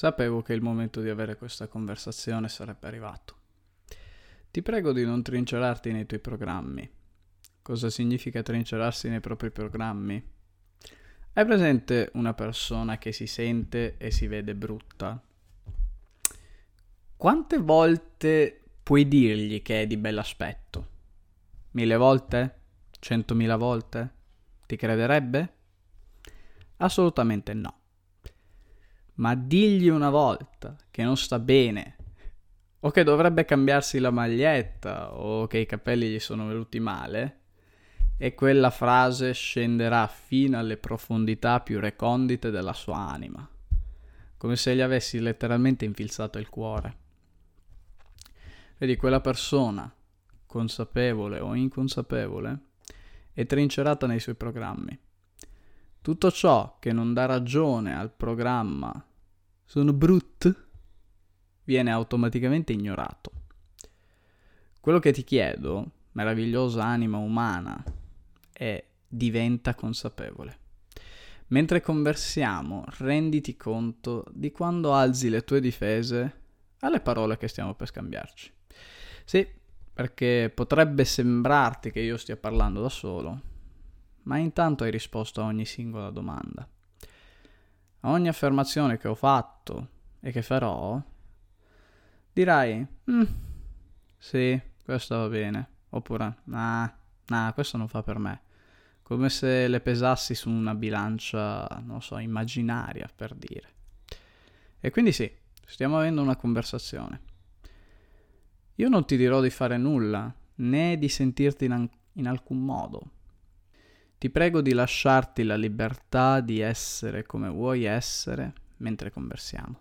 Sapevo che il momento di avere questa conversazione sarebbe arrivato. Ti prego di non trincerarti nei tuoi programmi. Cosa significa trincerarsi nei propri programmi? Hai presente una persona che si sente e si vede brutta? Quante volte puoi dirgli che è di bell'aspetto? 1000 volte? 100.000 volte? Ti crederebbe? Assolutamente no. Ma digli una volta che non sta bene, o che dovrebbe cambiarsi la maglietta, o che i capelli gli sono venuti male, e quella frase scenderà fino alle profondità più recondite della sua anima, come se gli avessi letteralmente infilzato il cuore. Vedi, quella persona, consapevole o inconsapevole, è trincerata nei suoi programmi. Tutto ciò che non dà ragione al programma "sono brutto" viene automaticamente ignorato. Quello che ti chiedo, meravigliosa anima umana, è: diventa consapevole. Mentre conversiamo, renditi conto di quando alzi le tue difese alle parole che stiamo per scambiarci. Sì, perché potrebbe sembrarti che io stia parlando da solo, ma intanto hai risposto a ogni singola domanda. A ogni affermazione che ho fatto e che farò, dirai sì, questo va bene, oppure nah, questo non fa per me. Come se le pesassi su una bilancia, non so, immaginaria, per dire. E quindi sì, stiamo avendo una conversazione. Io non ti dirò di fare nulla, né di sentirti in alcun modo. Ti prego di lasciarti la libertà di essere come vuoi essere mentre conversiamo.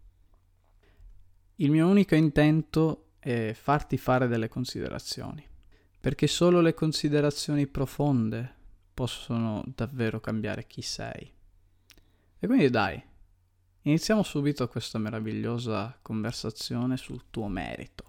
Il mio unico intento è farti fare delle considerazioni, perché solo le considerazioni profonde possono davvero cambiare chi sei. E quindi dai, iniziamo subito questa meravigliosa conversazione sul tuo merito.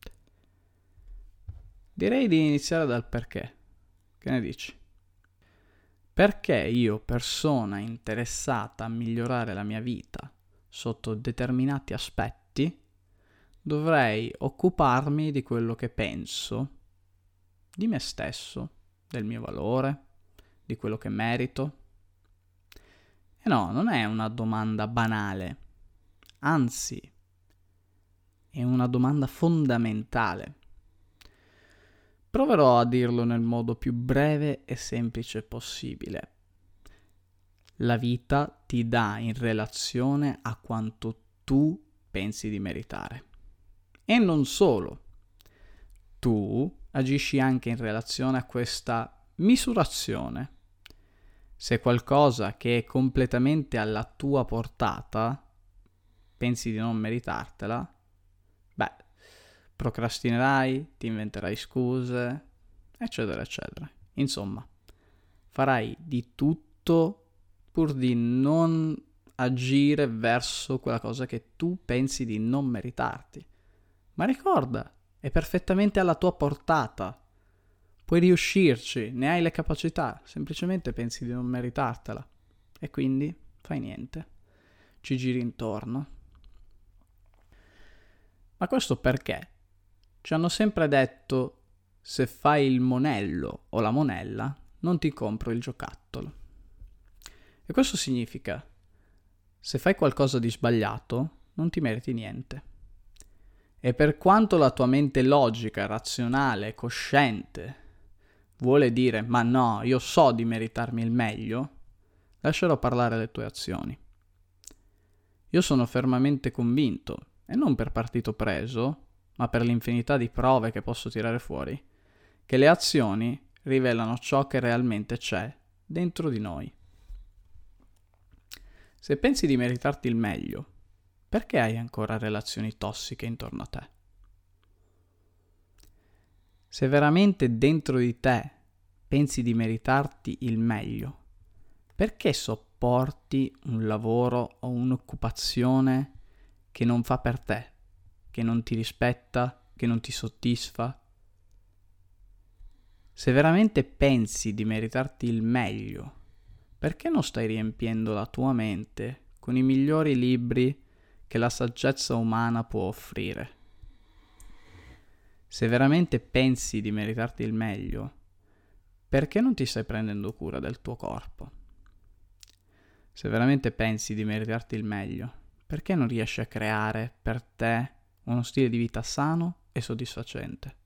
Direi di iniziare dal perché. Che ne dici? Perché io, persona interessata a migliorare la mia vita sotto determinati aspetti, dovrei occuparmi di quello che penso, di me stesso, del mio valore, di quello che merito? E no, non è una domanda banale, anzi, è una domanda fondamentale. Proverò a dirlo nel modo più breve e semplice possibile. La vita ti dà in relazione a quanto tu pensi di meritare. E non solo. Tu agisci anche in relazione a questa misurazione. Se qualcosa che è completamente alla tua portata pensi di non meritartela, procrastinerai, ti inventerai scuse, eccetera, eccetera. Insomma, farai di tutto pur di non agire verso quella cosa che tu pensi di non meritarti. Ma ricorda, è perfettamente alla tua portata. Puoi riuscirci, ne hai le capacità, semplicemente pensi di non meritartela. E quindi fai niente. Ci giri intorno. Ma questo perché? Ci hanno sempre detto: se fai il monello o la monella, non ti compro il giocattolo. E questo significa: se fai qualcosa di sbagliato, non ti meriti niente. E per quanto la tua mente logica, razionale, cosciente vuole dire: ma no, io so di meritarmi il meglio, lascerò parlare le tue azioni. Io sono fermamente convinto, e non per partito preso, ma per l'infinità di prove che posso tirare fuori, che le azioni rivelano ciò che realmente c'è dentro di noi. Se pensi di meritarti il meglio, perché hai ancora relazioni tossiche intorno a te? Se veramente dentro di te pensi di meritarti il meglio, perché sopporti un lavoro o un'occupazione che non fa per te, che non ti rispetta, che non ti soddisfa? Se veramente pensi di meritarti il meglio, perché non stai riempiendo la tua mente con i migliori libri che la saggezza umana può offrire. Se veramente pensi di meritarti il meglio, perché non ti stai prendendo cura del tuo corpo? Se veramente pensi di meritarti il meglio, perché non riesci a creare per te uno stile di vita sano e soddisfacente?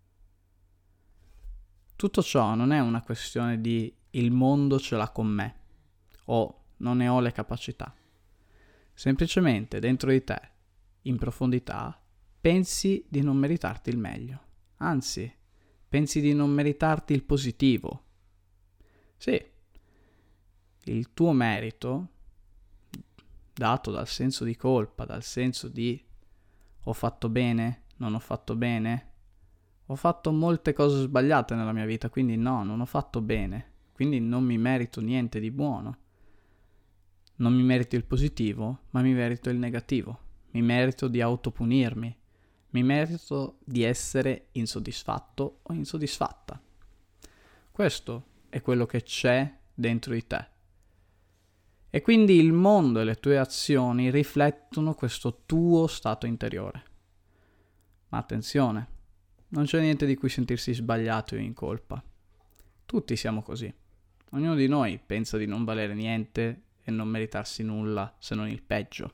Tutto ciò non è una questione di il mondo ce l'ha con me o non ne ho le capacità. Semplicemente dentro di te, in profondità, pensi di non meritarti il meglio. Anzi, pensi di non meritarti il positivo. Sì, il tuo merito, dato dal senso di colpa, dal senso di ho fatto bene, non ho fatto bene, ho fatto molte cose sbagliate nella mia vita, quindi no, non ho fatto bene, quindi non mi merito niente di buono. Non mi merito il positivo, ma mi merito il negativo. Mi merito di autopunirmi. Mi merito di essere insoddisfatto o insoddisfatta. Questo è quello che c'è dentro di te. E quindi il mondo e le tue azioni riflettono questo tuo stato interiore. Ma attenzione, non c'è niente di cui sentirsi sbagliati o in colpa. Tutti siamo così. Ognuno di noi pensa di non valere niente e non meritarsi nulla se non il peggio.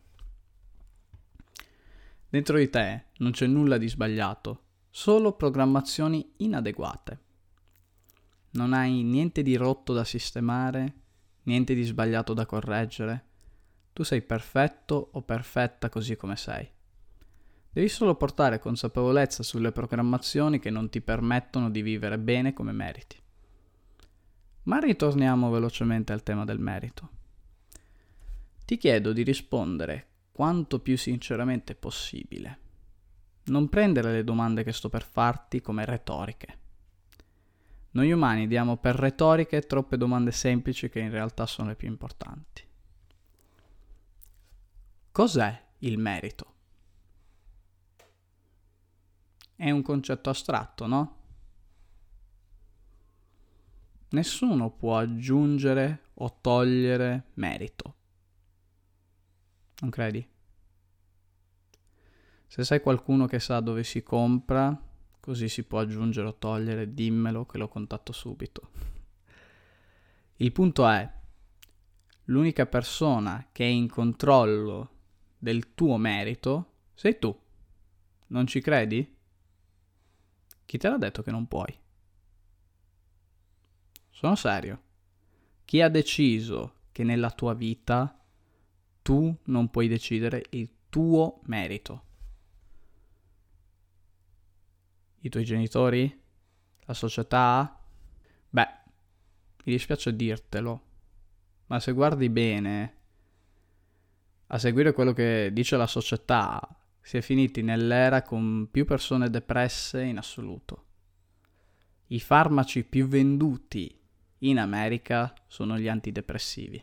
Dentro di te non c'è nulla di sbagliato, solo programmazioni inadeguate. Non hai niente di rotto da sistemare, niente di sbagliato da correggere. Tu sei perfetto o perfetta così come sei. Devi solo portare consapevolezza sulle programmazioni che non ti permettono di vivere bene come meriti. Ma ritorniamo velocemente al tema del merito. Ti chiedo di rispondere quanto più sinceramente possibile. Non prendere le domande che sto per farti come retoriche. Noi umani diamo per retoriche troppe domande semplici che in realtà sono le più importanti. Cos'è il merito? È un concetto astratto, no? Nessuno può aggiungere o togliere merito. Non credi? Se sei qualcuno che sa dove si compra, così si può aggiungere o togliere, dimmelo che lo contatto subito. Il punto è, l'unica persona che è in controllo del tuo merito sei tu. Non ci credi? Chi te l'ha detto che non puoi? Sono serio. Chi ha deciso che nella tua vita tu non puoi decidere il tuo merito? I tuoi genitori? La società? Beh, mi dispiace dirtelo, ma se guardi bene, a seguire quello che dice la società, si è finiti nell'era con più persone depresse in assoluto. I farmaci più venduti in America sono gli antidepressivi.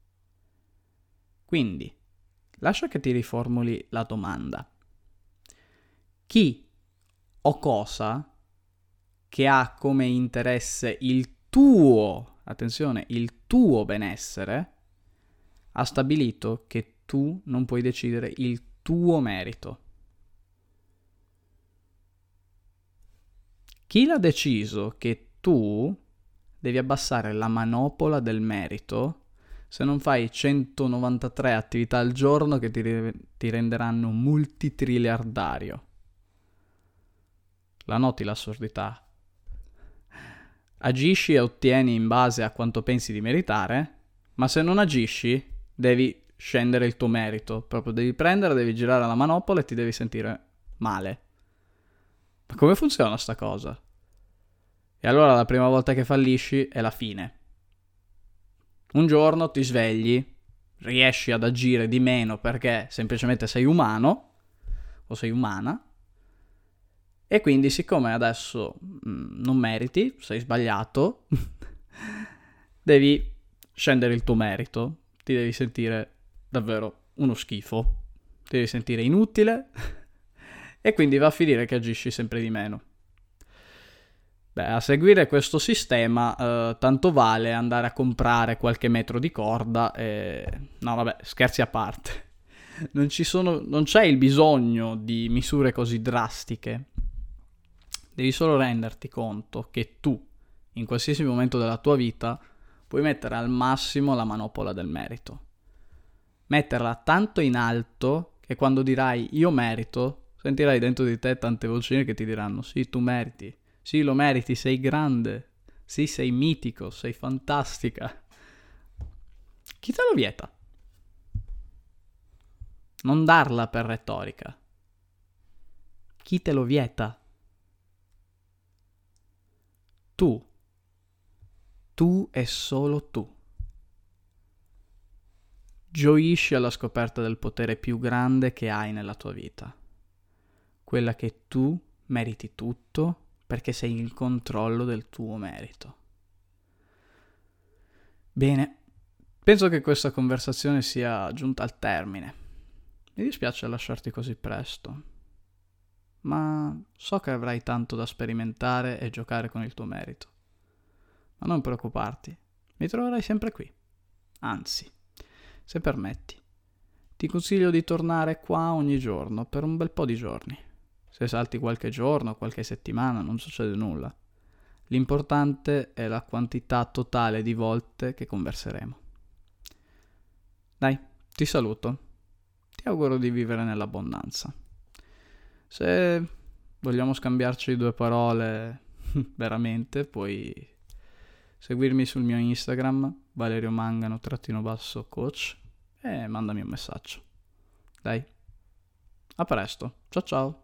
Quindi, lascia che ti riformuli la domanda. Chi o cosa che ha come interesse il tuo, attenzione, il tuo benessere, ha stabilito che tu non puoi decidere il tuo merito? Chi l'ha deciso che tu devi abbassare la manopola del merito se non fai 193 attività al giorno che ti renderanno multitriliardario? La noti l'assurdità? Agisci e ottieni in base a quanto pensi di meritare, ma se non agisci devi scendere il tuo merito, proprio devi girare la manopola e ti devi sentire male. Ma come funziona sta cosa? E allora la prima volta che fallisci è la fine. Un giorno ti svegli, riesci ad agire di meno perché semplicemente sei umano o sei umana, e quindi siccome adesso non meriti, sei sbagliato, devi scendere il tuo merito, ti devi sentire davvero uno schifo, ti devi sentire inutile e quindi va a finire che agisci sempre di meno. Beh, a seguire questo sistema tanto vale andare a comprare qualche metro di corda e... No, vabbè, scherzi a parte. Non c'è il bisogno di misure così drastiche. Devi solo renderti conto che tu, in qualsiasi momento della tua vita, puoi mettere al massimo la manopola del merito. Metterla tanto in alto che quando dirai io merito, sentirai dentro di te tante vocine che ti diranno sì, tu meriti, sì, lo meriti, sei grande, sì, sei mitico, sei fantastica. Chi te lo vieta? Non darla per retorica. Chi te lo vieta? Tu e solo tu. Gioisci alla scoperta del potere più grande che hai nella tua vita. Quella che tu meriti tutto perché sei in controllo del tuo merito. Bene, penso che questa conversazione sia giunta al termine. Mi dispiace lasciarti così presto, ma so che avrai tanto da sperimentare e giocare con il tuo merito. Ma non preoccuparti, mi troverai sempre qui. Anzi, se permetti, ti consiglio di tornare qua ogni giorno per un bel po' di giorni. Se salti qualche giorno, qualche settimana, non succede nulla. L'importante è la quantità totale di volte che converseremo. Dai, ti saluto. Ti auguro di vivere nell'abbondanza. Se vogliamo scambiarci due parole veramente, puoi seguirmi sul mio Instagram, valeriomangano_coach, e mandami un messaggio. Dai, a presto, ciao ciao!